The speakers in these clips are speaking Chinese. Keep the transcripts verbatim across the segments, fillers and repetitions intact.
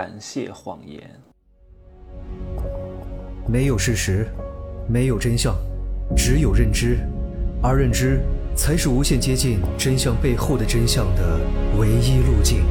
感谢谎言。 没有事实，没有真相，只有认知，而认知才是无限接近真相背后的真相的唯一路径。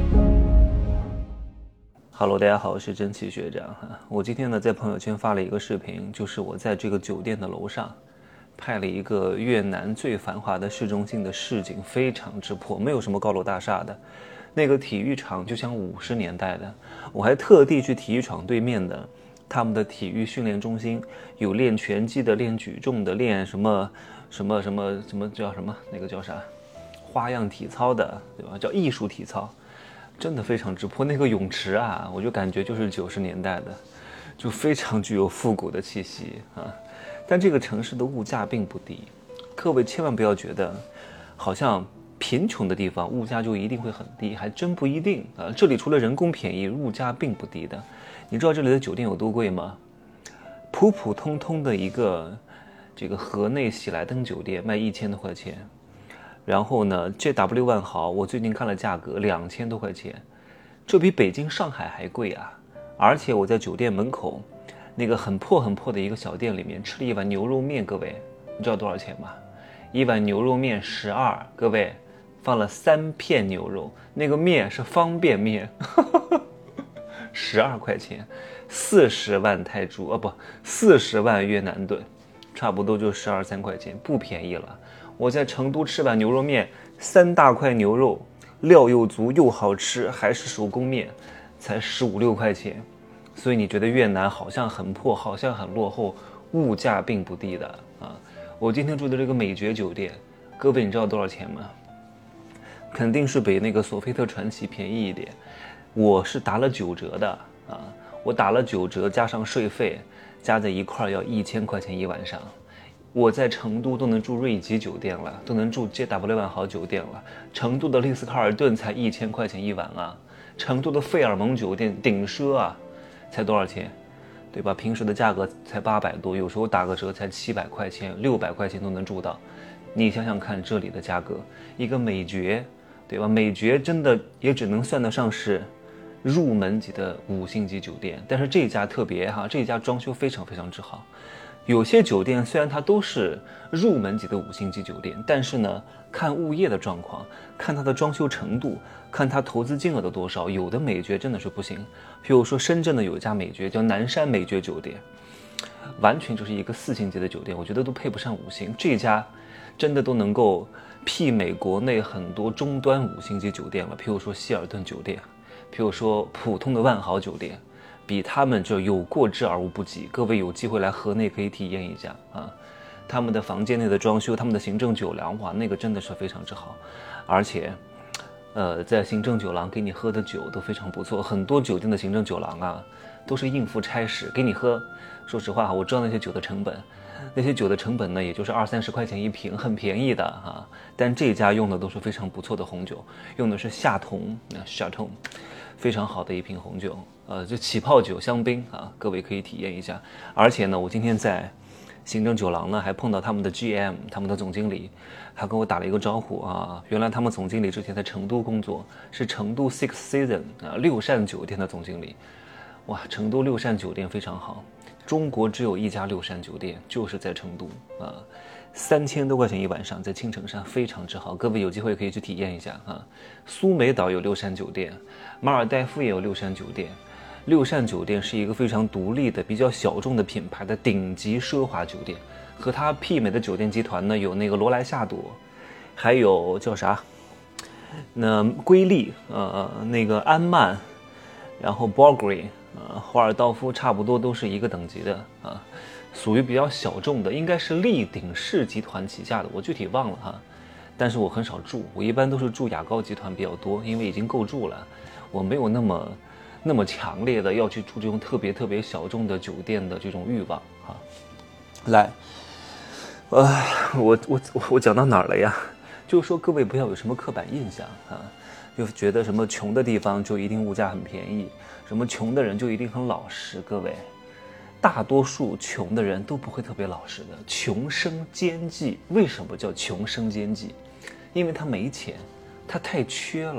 Hello， 大家好，我是真奇学长。我今天呢在朋友圈发了一个视频，就是我在这个酒店的楼上拍了一个越南最繁华的市中心的市景，非常之破，没有什么高楼大厦的。那个体育场就像五十年代的，我还特地去体育场对面的他们的体育训练中心，有练拳击的，练举重的，练什么什么什么什么叫什么那个叫啥花样体操的，对吧？叫艺术体操。真的非常之破，那个泳池啊，我就感觉就是九十年代的，就非常具有复古的气息啊。但这个城市的物价并不低，各位千万不要觉得好像贫穷的地方物价就一定会很低，还真不一定啊。这里除了人工便宜，物价并不低的。你知道这里的酒店有多贵吗？普普通通的一个这个河内喜来登酒店卖一千多块钱。然后呢 ，J W 万豪，我最近看了价格，两千多块钱，这比北京、上海还贵啊！而且我在酒店门口那个很破很破的一个小店里面吃了一碗牛肉面，各位，你知道多少钱吗？一碗牛肉面十二，各位，放了三片牛肉，那个面是方便面，十二块钱，四十万泰铢啊，不，四十万越南盾，差不多就十二三块钱，不便宜了。我在成都吃碗牛肉面，三大块牛肉，料又足又好吃，还是手工面，才十五六块钱。所以你觉得越南好像很破，好像很落后，物价并不低的啊！我今天住的这个美爵酒店，各位你知道多少钱吗？肯定是比那个索菲特传奇便宜一点。我是打了九折的啊，我打了九折加上税费，加在一块要一千块钱一晚上。我在成都都能住瑞吉酒店了，都能住 J W 万豪酒店了。成都的丽思卡尔顿才一千块钱一晚啊，成都的费尔蒙酒店顶奢啊，才多少钱？对吧？平时的价格才八百多，有时候打个折才七百块钱、六百块钱都能住到。你想想看，这里的价格，一个美爵，对吧？美爵真的也只能算得上是入门级的五星级酒店，但是这家特别哈，这家装修非常非常之好。有些酒店虽然它都是入门级的五星级酒店，但是呢，看物业的状况，看它的装修程度，看它投资金额的多少，有的美爵真的是不行。譬如说深圳的有一家美爵叫南山美爵酒店，完全就是一个四星级的酒店，我觉得都配不上五星。这家真的都能够媲美国内很多中端五星级酒店了，譬如说希尔顿酒店，譬如说普通的万豪酒店。比他们就有过之而无不及，各位有机会来河内可以体验一下啊！他们的房间内的装修，他们的行政酒廊，哇，那个真的是非常之好，而且，呃，在行政酒廊给你喝的酒都非常不错，很多酒店的行政酒廊啊，都是应付差事给你喝。说实话，我知道那些酒的成本，那些酒的成本呢，也就是二三十块钱一瓶，很便宜的哈、啊。但这家用的都是非常不错的红酒，用的是夏同啊，夏同。非常好的一瓶红酒，呃，就起泡酒香槟啊，各位可以体验一下。而且呢，我今天在行政酒廊呢，还碰到他们的 G M， 他们的总经理，还跟我打了一个招呼啊。原来他们总经理之前在成都工作，是成都 Six Season 啊六扇酒店的总经理。哇，成都六扇酒店非常好，中国只有一家六扇酒店，就是在成都啊。三千多块钱一晚上，在青城山非常之好，各位有机会可以去体验一下啊。苏梅岛有六扇酒店，马尔代夫也有六扇酒店。六扇酒店是一个非常独立的、比较小众的品牌的顶级奢华酒店，和它媲美的酒店集团呢有那个罗莱夏朵，还有叫啥？那瑰丽，呃，那个安曼，然后 Bulgari， 呃，华尔道夫差不多都是一个等级的啊。属于比较小众的，应该是立鼎世集团旗下的，我具体忘了哈。但是我很少住，我一般都是住雅高集团比较多，因为已经够住了，我没有那么那么强烈的要去住这种特别特别小众的酒店的这种欲望哈。来，呃，我我我讲到哪儿了呀？就是说各位不要有什么刻板印象啊，就觉得什么穷的地方就一定物价很便宜，什么穷的人就一定很老实，各位。大多数穷的人都不会特别老实的，穷生奸计。为什么叫穷生奸计？因为他没钱，他太缺了，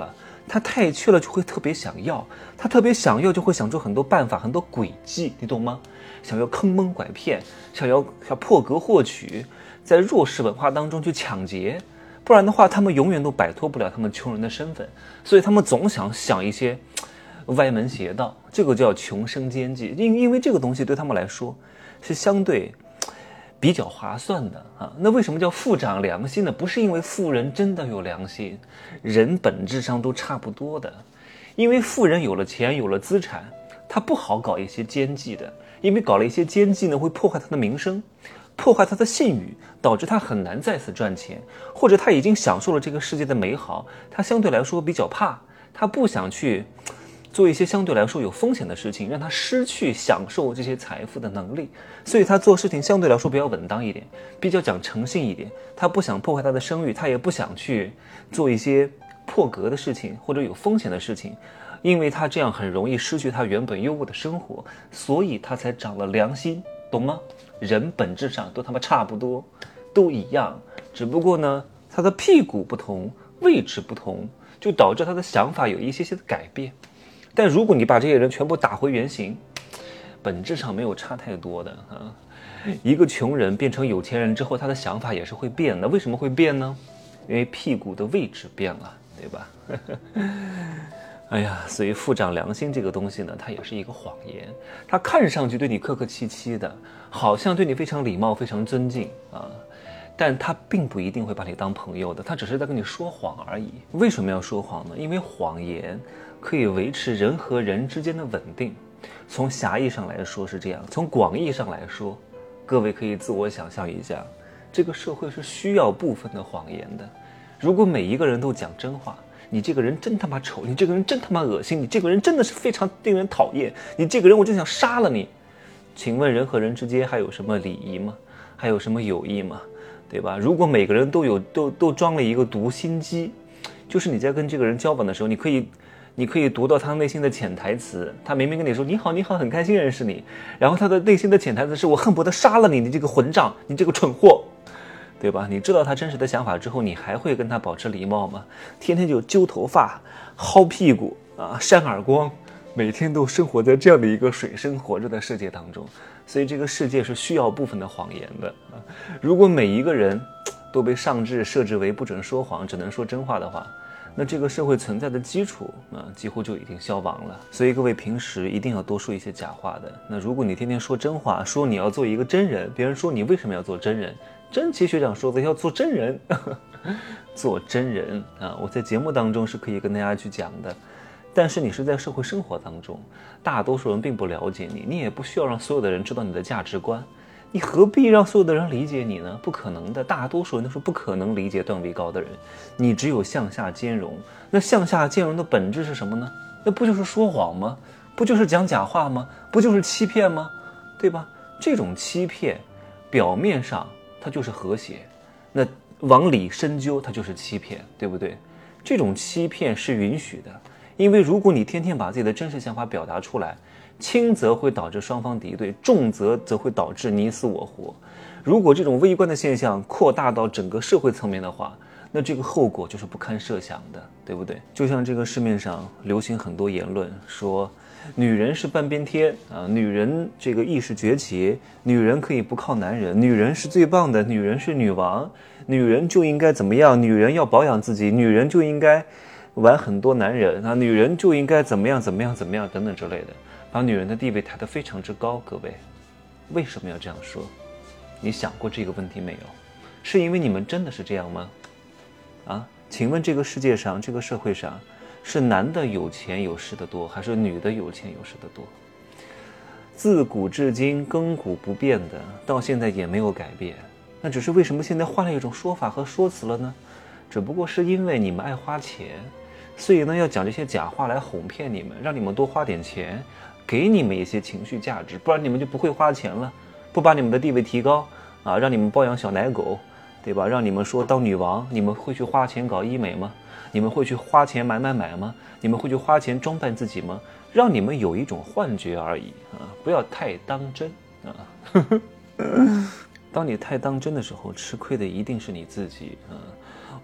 他太缺了就会特别想要，他特别想要就会想出很多办法，很多诡计，你懂吗？想要坑蒙拐骗，想要想破格获取，在弱势文化当中去抢劫，不然的话他们永远都摆脱不了他们穷人的身份，所以他们总想想一些歪门邪道，这个叫穷生奸计，因因为这个东西对他们来说是相对比较划算的啊。那为什么叫富长良心呢？不是因为富人真的有良心，人本质上都差不多的。因为富人有了钱，有了资产，他不好搞一些奸计的，因为搞了一些奸计呢，会破坏他的名声，破坏他的信誉，导致他很难再次赚钱，或者他已经享受了这个世界的美好，他相对来说比较怕，他不想去做一些相对来说有风险的事情，让他失去享受这些财富的能力，所以他做事情相对来说比较稳当一点，比较讲诚信一点，他不想破坏他的声誉，他也不想去做一些破格的事情或者有风险的事情，因为他这样很容易失去他原本优渥的生活，所以他才长了良心，懂吗？人本质上都他妈差不多，都一样，只不过呢他的屁股不同，位置不同，就导致他的想法有一些些的改变。但如果你把这些人全部打回原形，本质上没有差太多的啊。一个穷人变成有钱人之后，他的想法也是会变的。为什么会变呢？因为屁股的位置变了，对吧？哎呀，所以富长良心这个东西呢，它也是一个谎言。他看上去对你客客气气的，好像对你非常礼貌、非常尊敬啊，但他并不一定会把你当朋友的，他只是在跟你说谎而已。为什么要说谎呢？因为谎言可以维持人和人之间的稳定。从狭义上来说是这样，从广义上来说，各位可以自我想象一下，这个社会是需要部分的谎言的。如果每一个人都讲真话，你这个人真他妈丑，你这个人真他妈恶心，你这个人真的是非常令人讨厌，你这个人我就想杀了你。请问人和人之间还有什么礼仪吗？还有什么友谊吗？对吧？如果每个人都有都都装了一个读心机，就是你在跟这个人交往的时候，你可以你可以读到他内心的潜台词。他明明跟你说你好你好，很开心认识你，然后他的内心的潜台词是我恨不得杀了你，你这个混账，你这个蠢货，对吧？你知道他真实的想法之后，你还会跟他保持礼貌吗？天天就揪头发、薅屁股啊、扇耳光，每天都生活在这样的一个水深火热的世界当中。所以这个世界是需要部分的谎言的啊。如果每一个人都被上至设置为不准说谎，只能说真话的话，那这个社会存在的基础啊，几乎就已经消亡了。所以各位平时一定要多说一些假话的。那如果你天天说真话，说你要做一个真人，别人说你为什么要做真人？真奇学长说的要做真人，做真人啊！我在节目当中是可以跟大家去讲的，但是你是在社会生活当中，大多数人并不了解你，你也不需要让所有的人知道你的价值观，你何必让所有的人理解你呢？不可能的，大多数人都是不可能理解段位高的人，你只有向下兼容。那向下兼容的本质是什么呢？那不就是说谎吗？不就是讲假话吗？不就是欺骗吗？对吧？这种欺骗表面上它就是和谐，那往里深究它就是欺骗，对不对？这种欺骗是允许的，因为如果你天天把自己的真实想法表达出来，轻则会导致双方敌对，重则则会导致你死我活。如果这种微观的现象扩大到整个社会层面的话，那这个后果就是不堪设想的，对不对？就像这个市面上流行很多言论说女人是半边天啊，女人这个意识崛起，女人可以不靠男人，女人是最棒的，女人是女王，女人就应该怎么样，女人要保养自己，女人就应该玩很多男人啊，女人就应该怎么样怎么样怎么样等等之类的，把女人的地位抬得非常之高。各位为什么要这样说？你想过这个问题没有？是因为你们真的是这样吗？啊，请问这个世界上这个社会上是男的有钱有势的多，还是女的有钱有势的多？自古至今亘古不变的，到现在也没有改变。那只是为什么现在换了一种说法和说辞了呢？只不过是因为你们爱花钱，所以呢要讲这些假话来哄骗你们，让你们多花点钱，给你们一些情绪价值，不然你们就不会花钱了，不把你们的地位提高啊，让你们包养小奶狗，对吧？让你们说当女王，你们会去花钱搞医美吗？你们会去花钱买买买吗？你们会去花钱装扮自己吗？让你们有一种幻觉而已啊！不要太当真啊！当你太当真的时候，吃亏的一定是你自己啊！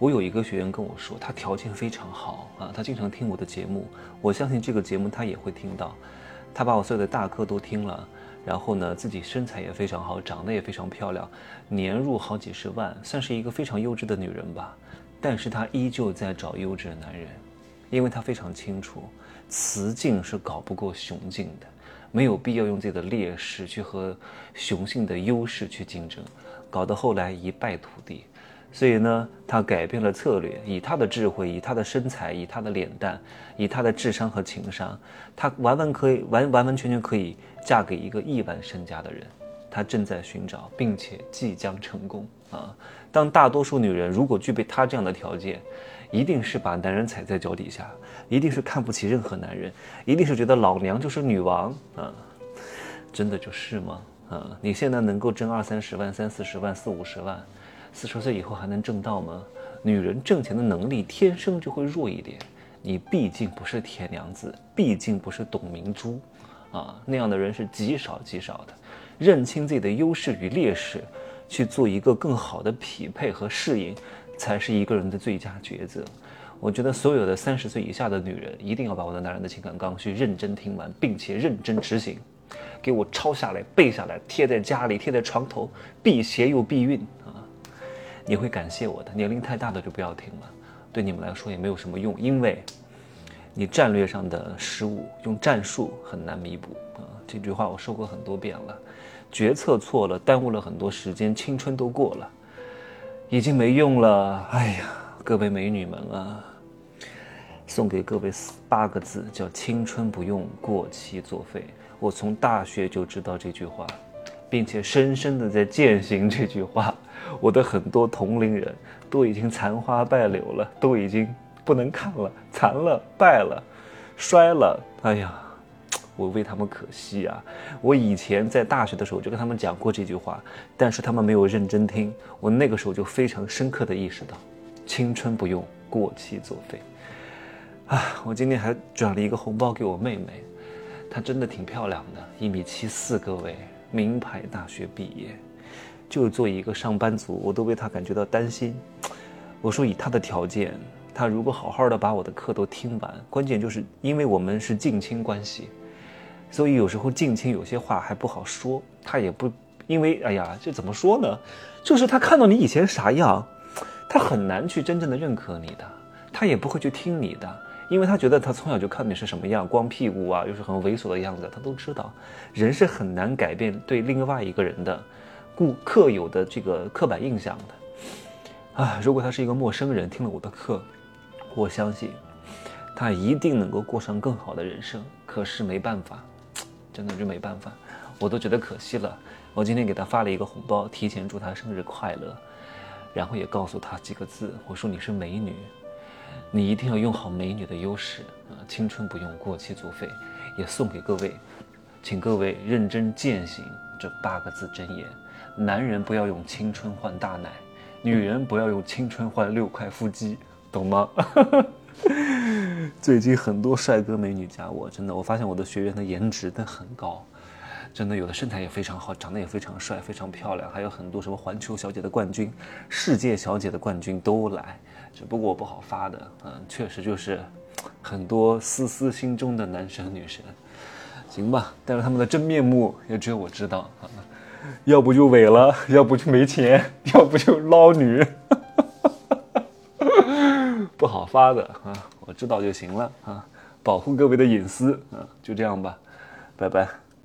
我有一个学员跟我说，他条件非常好啊，他经常听我的节目，我相信这个节目他也会听到。他把我所有的大课都听了，然后呢，自己身材也非常好，长得也非常漂亮，年入好几十万，算是一个非常优质的女人吧。但是她依旧在找优质的男人，因为她非常清楚，雌竞是搞不过雄竞的，没有必要用自己的劣势去和雄性的优势去竞争，搞得后来一败涂地。所以呢，她改变了策略，以她的智慧，以她的身材，以她的脸蛋，以她的智商和情商，她完完可以完完完全全可以嫁给一个亿万身家的人。她正在寻找，并且即将成功啊！当大多数女人如果具备她这样的条件，一定是把男人踩在脚底下，一定是看不起任何男人，一定是觉得老娘就是女王啊！真的就是吗？啊，你现在能够挣二三十万、三四十万、四五十万？四十岁以后还能挣到吗？女人挣钱的能力天生就会弱一点，你毕竟不是铁娘子，毕竟不是董明珠，啊，那样的人是极少极少的。认清自己的优势与劣势，去做一个更好的匹配和适应，才是一个人的最佳抉择。我觉得所有的三十岁以下的女人，一定要把我的男人的情感刚需认真听完，并且认真执行，给我抄下来、背下来，贴在家里，贴在床头，辟邪又避孕啊！你会感谢我的。年龄太大的就不要听了，对你们来说也没有什么用，因为你战略上的失误用战术很难弥补啊。这句话我说过很多遍了，决策错了，耽误了很多时间，青春都过了，已经没用了。哎呀，各位美女们啊，送给各位八个字，叫青春不用过期作废。我从大学就知道这句话，并且深深的在践行这句话。我的很多同龄人都已经残花败柳了，都已经不能看了，残了，败了，衰了。哎呀，我为他们可惜啊！我以前在大学的时候就跟他们讲过这句话，但是他们没有认真听。我那个时候就非常深刻的意识到，青春不用过期作废。啊，我今天还转了一个红包给我妹妹，她真的挺漂亮的，一米七四，各位，名牌大学毕业。就做一个上班族，我都为她感觉到担心。我说以她的条件，她如果好好的把我的课都听完，关键就是因为我们是近亲关系，所以有时候近亲有些话还不好说。她也不因为哎呀，这怎么说呢？就是她看到你以前啥样，她很难去真正的认可你的，她也不会去听你的，因为她觉得她从小就看你是什么样，光屁股啊，又是很猥琐的样子，她都知道。人是很难改变对另外一个人的固刻有的这个刻板印象的啊！如果他是一个陌生人，听了我的课，我相信他一定能够过上更好的人生。可是没办法，真的就没办法，我都觉得可惜了。我今天给他发了一个红包，提前祝他生日快乐，然后也告诉他几个字，我说你是美女，你一定要用好美女的优势啊！青春不用过期作废，也送给各位，请各位认真践行这八个字真言。男人不要用青春换大奶，女人不要用青春换六块腹肌，懂吗？最近很多帅哥美女加我，真的，我发现我的学员的颜值都很高，真的有的身材也非常好，长得也非常帅，非常漂亮，还有很多什么环球小姐的冠军、世界小姐的冠军都来，只不过我不好发的，嗯，确实就是很多丝丝心中的男神女神，行吧，但是他们的真面目也只有我知道啊。要不就萎了，要不就没钱，要不就捞女，不好发的啊！我知道就行了啊，保护各位的隐私啊，就这样吧，拜拜。